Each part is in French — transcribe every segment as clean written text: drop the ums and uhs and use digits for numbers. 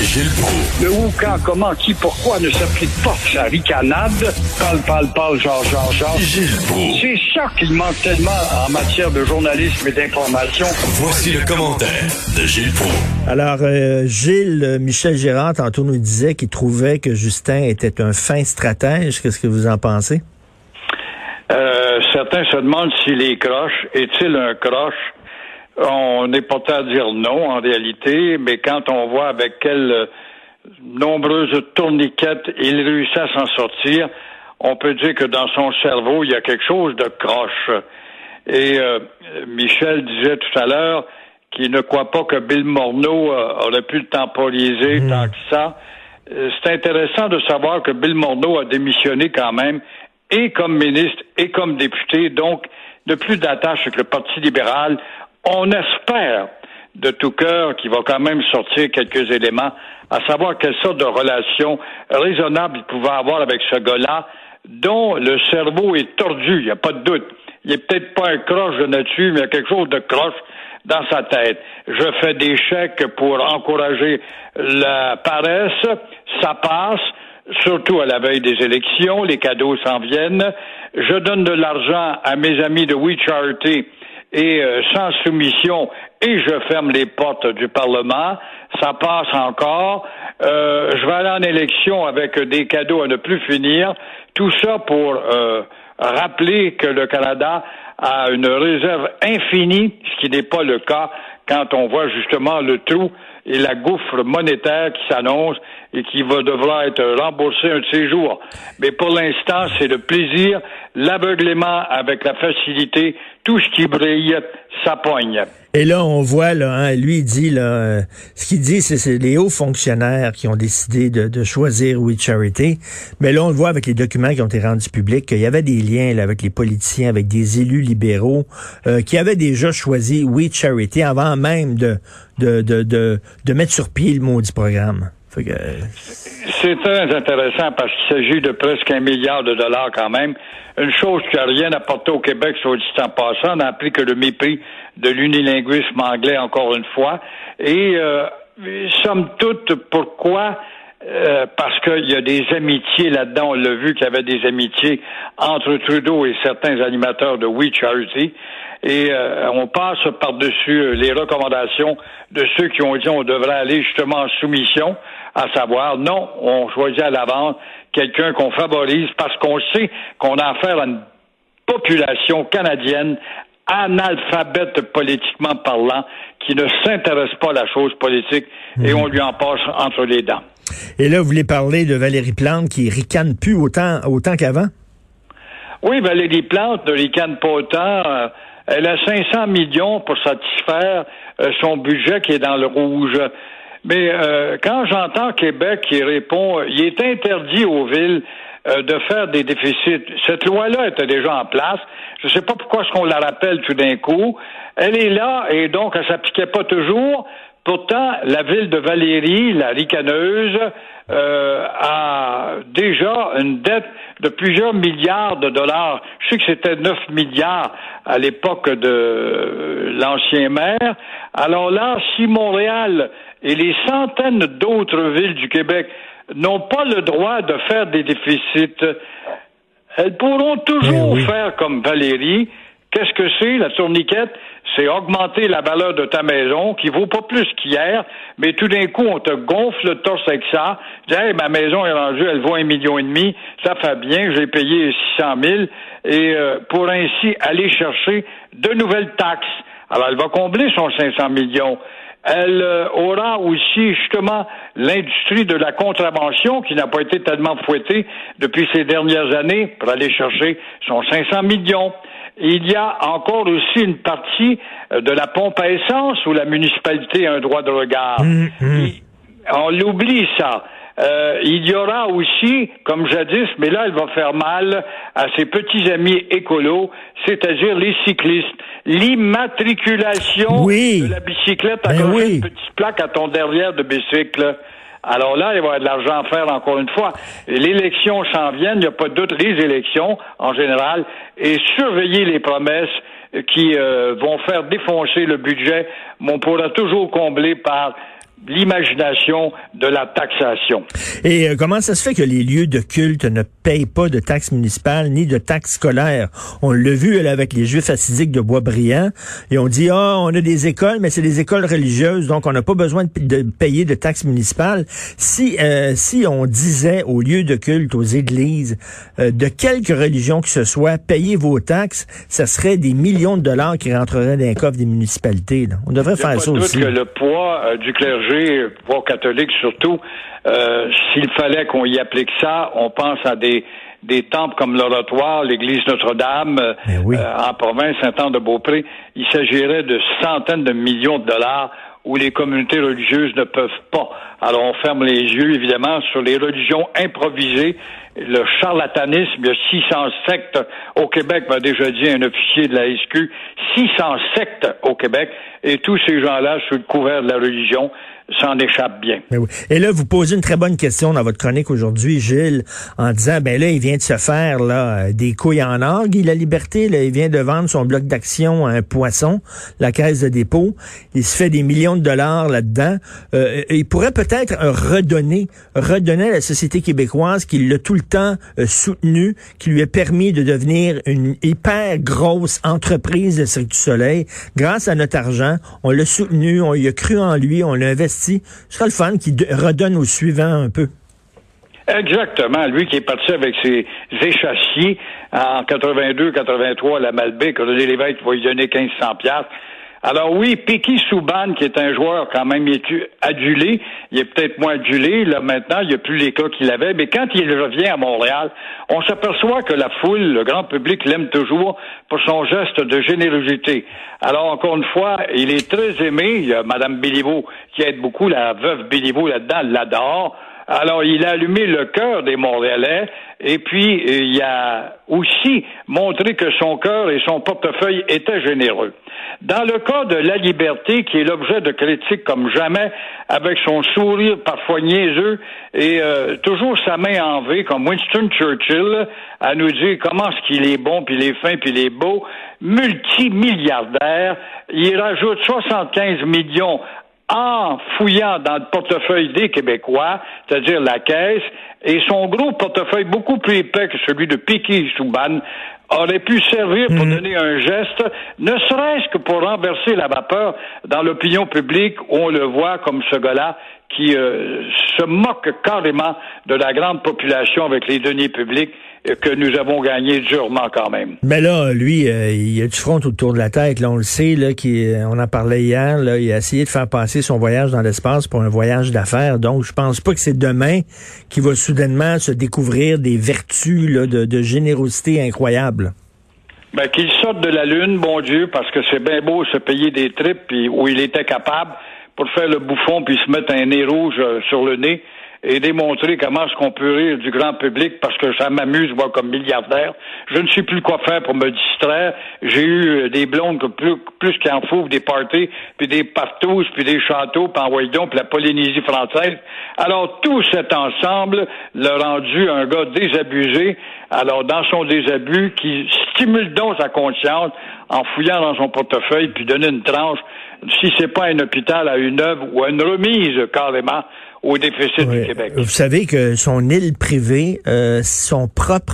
Gilles Proulx. Le où, quand, comment, qui, pourquoi ne s'applique pas sa ricanade. Parle, genre. Gilles Proulx. C'est ça qu'il manque tellement en matière de journalisme et d'information. Voici le commentaire de Gilles Proulx. Alors, Michel Gérard, tantôt nous disait qu'il trouvait que Justin était un fin stratège. Qu'est-ce que vous en pensez? Certains se demandent s'il est croche. Est-il un croche? On n'est pas à dire non, en réalité, mais quand on voit avec quelles nombreuses tourniquettes il réussit à s'en sortir, on peut dire que dans son cerveau, il y a quelque chose de croche. Et Michel disait tout à l'heure qu'il ne croit pas que Bill Morneau aurait pu le temporiser tant que ça. C'est intéressant de savoir que Bill Morneau a démissionné quand même, et comme ministre et comme député, donc de plus d'attache avec le Parti libéral. On espère de tout cœur qu'il va quand même sortir quelques éléments, à savoir quelle sorte de relation raisonnable il pouvait avoir avec ce gars-là, dont le cerveau est tordu, il n'y a pas de doute. Il est peut-être pas un croche de nature, mais il y a quelque chose de croche dans sa tête. Je fais des chèques pour encourager la paresse, ça passe, surtout à la veille des élections, les cadeaux s'en viennent. Je donne de l'argent à mes amis de We Charity et sans soumission, et je ferme les portes du Parlement, ça passe encore. Je vais aller en élection avec des cadeaux à ne plus finir. Tout ça pour rappeler que le Canada a une réserve infinie, ce qui n'est pas le cas quand on voit justement le trou et la gouffre monétaire qui s'annonce et qui devra être remboursé un de ces jours. Mais pour l'instant, c'est le plaisir, l'aveuglement avec la facilité, tout ce qui brille, ça pogne. Et là, on voit, lui, il dit, ce qu'il dit, c'est les hauts fonctionnaires qui ont décidé de choisir We Charity. Mais là, on le voit avec les documents qui ont été rendus publics, qu'il y avait des liens là, avec les politiciens, avec des élus libéraux, qui avaient déjà choisi We Charity avant même de mettre sur pied le maudit programme. C'est très intéressant parce qu'il s'agit de presque $1 milliard quand même. Une chose qui n'a rien apporté au Québec, soit dit en passant, n'a appris que le mépris de l'unilinguisme anglais encore une fois. Et somme toute, pourquoi? Parce qu'il y a des amitiés là-dedans. On l'a vu qu'il y avait des amitiés entre Trudeau et certains animateurs de We Charity. Et on passe par-dessus les recommandations de ceux qui ont dit on devrait aller justement en soumission, à savoir, non, on choisit à l'avance quelqu'un qu'on favorise parce qu'on sait qu'on a affaire à une population canadienne analphabète politiquement parlant, qui ne s'intéresse pas à la chose politique et on lui en passe entre les dents. Et là, vous voulez parler de Valérie Plante qui ricane plus autant qu'avant? Oui, Valérie Plante ne ricane pas autant. Elle a 500 millions pour satisfaire son budget qui est dans le rouge. Mais quand j'entends Québec qui répond, il est interdit aux villes de faire des déficits. Cette loi-là était déjà en place. Je ne sais pas pourquoi est-ce qu'on la rappelle tout d'un coup. Elle est là et donc elle s'appliquait pas toujours. Pourtant, la ville de Valérie, la ricaneuse, a déjà une dette de plusieurs milliards de dollars. Je sais que c'était 9 milliards à l'époque de l'ancien maire. Alors là, si Montréal et les centaines d'autres villes du Québec n'ont pas le droit de faire des déficits, elles pourront toujours faire comme Valérie. Qu'est-ce que c'est, la tourniquette? C'est augmenter la valeur de ta maison, qui vaut pas plus qu'hier, mais tout d'un coup, on te gonfle le torse avec ça. Tu dis, hey, ma maison est rendue, elle vaut 1,5 million, ça fait bien, j'ai payé 600 000, et pour ainsi aller chercher de nouvelles taxes. Alors, elle va combler son 500 millions. Elle aura aussi, justement, l'industrie de la contravention qui n'a pas été tellement fouettée depuis ces dernières années pour aller chercher son 500 millions. Il y a encore aussi une partie de la pompe à essence où la municipalité a un droit de regard. On l'oublie, ça. Il y aura aussi, comme jadis, mais là, elle va faire mal à ses petits amis écolos, c'est-à-dire les cyclistes. L'immatriculation de la bicyclette à une petite plaque à ton derrière de bicycle. Alors là, il va y avoir de l'argent à faire encore une fois. L'élection s'en vient, il n'y a pas de doute, les élections en général, et surveiller les promesses qui vont faire défoncer le budget, mais on pourra toujours combler par l'imagination de la taxation. Et comment ça se fait que les lieux de culte ne payent pas de taxes municipales ni de taxes scolaires? On l'a vu là, avec les Juifs hassidiques de Boisbriand, et on dit, on a des écoles, mais c'est des écoles religieuses, donc on n'a pas besoin de payer de taxes municipales. Si on disait aux lieux de culte, aux églises, de quelque religion que ce soit, payez vos taxes, ça serait des millions de dollars qui rentreraient dans les coffres des municipalités. Là. On devrait faire ça aussi. Il n'y a pas de doute que le poids du clergé, poids catholique surtout, s'il fallait qu'on y applique ça, on pense à des temples comme l'Oratoire, l'église Notre-Dame, en province, Saint-Anne-de-Beaupré. Il s'agirait de centaines de millions de dollars où les communautés religieuses ne peuvent pas. Alors, on ferme les yeux, évidemment, sur les religions improvisées, le charlatanisme. Il y a 600 sectes au Québec, m'a déjà dit un officier de la SQ, 600 sectes au Québec, et tous ces gens-là, sous le couvert de la religion, s'en échappent bien. Mais oui. Et là, vous posez une très bonne question dans votre chronique aujourd'hui, Gilles, en disant, là, il vient de se faire là des couilles en or, Guy Laliberté, là, il vient de vendre son bloc d'action à un poisson, la Caisse de dépôt. Il se fait des millions de dollars là-dedans. Il pourrait peut-être redonner à la société québécoise qui l'a tout le temps soutenu, qui lui a permis de devenir une hyper grosse entreprise de Cirque du Soleil. Grâce à notre argent, on l'a soutenu, on y a cru en lui, on l'a investi. Ce sera le fun qui redonne au suivant un peu. Exactement. Lui qui est parti avec ses échassiers en 82-83 à la Malbaie, René Lévesque va lui donner 1500 $. Alors oui, Piquet Souban, qui est un joueur quand même adulé, il est peut-être moins adulé, là maintenant, il n'y a plus les cas qu'il avait, mais quand il revient à Montréal, on s'aperçoit que la foule, le grand public l'aime toujours pour son geste de générosité. Alors encore une fois, il est très aimé, il y a Mme Béliveau qui aide beaucoup, la veuve Béliveau là-dedans, l'adore. Alors, il a allumé le cœur des Montréalais et puis il a aussi montré que son cœur et son portefeuille étaient généreux. Dans le cas de Laliberté, qui est l'objet de critiques comme jamais, avec son sourire parfois niaiseux et toujours sa main en V, comme Winston Churchill, à nous dire comment est-ce qu'il est bon, puis il est fin, puis il est beau, multimilliardaire, il rajoute 75 millions en fouillant dans le portefeuille des Québécois, c'est-à-dire la Caisse, et son gros portefeuille, beaucoup plus épais que celui de Piquet Souban, aurait pu servir pour donner un geste, ne serait-ce que pour renverser la vapeur dans l'opinion publique, où on le voit comme ce gars-là qui se moque carrément de la grande population avec les deniers publics que nous avons gagné durement quand même. Mais là, lui, il a du front autour de la tête, là, on le sait, là, on en parlait hier, là, il a essayé de faire passer son voyage dans l'espace pour un voyage d'affaires, donc je pense pas que c'est demain qu'il va soudainement se découvrir des vertus là, de générosité incroyables. Ben, qu'il sorte de la Lune, bon Dieu, parce que c'est bien beau se payer des tripes puis où il était capable pour faire le bouffon puis se mettre un nez rouge sur le nez et démontrer comment est-ce qu'on peut rire du grand public parce que ça m'amuse, moi, comme milliardaire. Je ne sais plus quoi faire pour me distraire. J'ai eu des blondes que plus qu'il en faut, des parties, puis des partous, puis des châteaux, puis en Waïdon, puis la Polynésie française. Alors, tout cet ensemble l'a rendu un gars désabusé. Alors, dans son désabus, qui stimule donc sa conscience en fouillant dans son portefeuille, puis donner une tranche, si c'est pas un hôpital à une œuvre ou une remise, carrément, au déficit du Québec. Vous savez que son île privée, son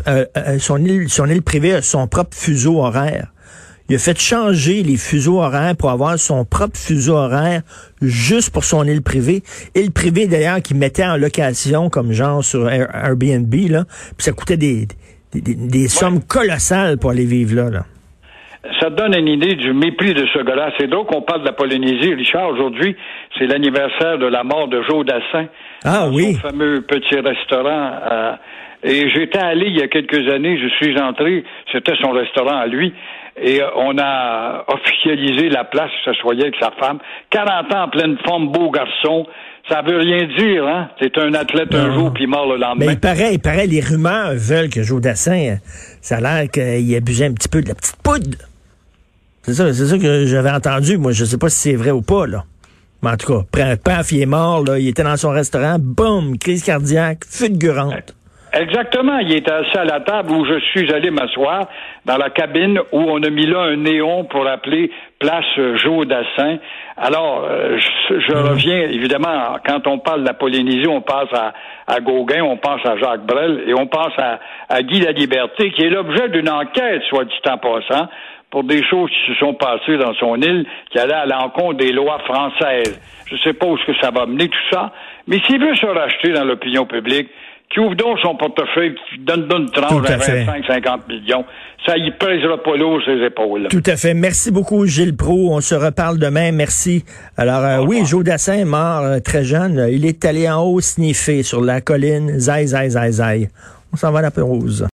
île privée a son propre fuseau horaire. Il a fait changer les fuseaux horaires pour avoir son propre fuseau horaire juste pour son île privée. Île privée, d'ailleurs, qu'il mettait en location comme genre sur Airbnb, là. Puis ça coûtait des sommes colossales pour aller vivre là. Ça donne une idée du mépris de ce gars-là. C'est donc qu'on parle de la Polynésie. Richard, aujourd'hui, c'est l'anniversaire de la mort de Joe Dassin. Ah oui. Son fameux petit restaurant. Et j'étais allé il y a quelques années, je suis entré, c'était son restaurant à lui. Et on a officialisé la place, ça se voyait avec sa femme. 40 ans en pleine forme, beau garçon. Ça veut rien dire, hein? C'est un athlète un jour puis mort le lendemain. Mais il paraît, les rumeurs veulent que Joe Dassin, ça a l'air qu'il abusait un petit peu de la petite poudre. C'est ça que j'avais entendu. Moi, je sais pas si c'est vrai ou pas, là. Mais en tout cas, paf, il est mort, là. Il était dans son restaurant, boum, crise cardiaque, fulgurante. Exactement. Il était assis à la table où je suis allé m'asseoir, dans la cabine où on a mis là un néon pour appeler Place Joe Dassin. Alors, je reviens, évidemment, quand on parle de la Polynésie, on pense à Gauguin, on pense à Jacques Brel et on pense à Guy Laliberté, qui est l'objet d'une enquête, soit dit en passant, pour des choses qui se sont passées dans son île, qui allaient à l'encontre des lois françaises. Je sais pas où ce que ça va mener, tout ça, mais s'il veut se racheter dans l'opinion publique, qui ouvre donc son portefeuille, qui donne une tranche à 25-50 millions, ça y pèsera pas lourd ses épaules. Tout à fait. Merci beaucoup, Gilles Proulx. On se reparle demain. Merci. Alors, oui, Joe Dassin est mort très jeune. Il est allé en haut sniffer sur la colline. Zai, zai, zai, zai. On s'en va à la pause.